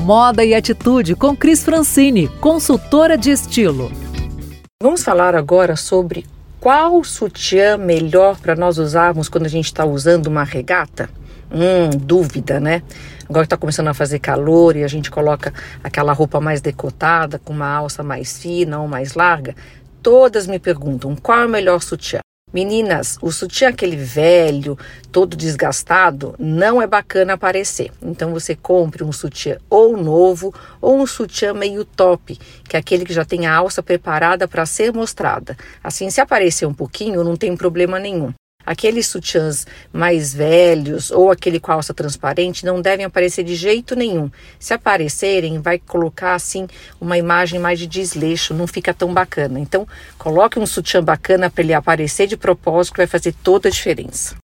Moda e Atitude com Cris Francini, consultora de estilo. Vamos falar agora sobre qual sutiã melhor para nós usarmos quando a gente está usando uma regata? Dúvida, né? Agora que está começando a fazer calor e a gente coloca aquela roupa mais decotada, com uma alça mais fina ou mais larga, todas me perguntam qual é o melhor sutiã. Meninas, o sutiã aquele velho, todo desgastado, não é bacana aparecer. Então você compre um sutiã ou novo ou um sutiã meio top, que é aquele que já tem a alça preparada para ser mostrada. Assim, se aparecer um pouquinho, não tem problema nenhum. Aqueles sutiãs mais velhos ou aquele com alça transparente não devem aparecer de jeito nenhum. Se aparecerem, vai colocar assim uma imagem mais de desleixo, não fica tão bacana. Então, coloque um sutiã bacana para ele aparecer de propósito, que vai fazer toda a diferença.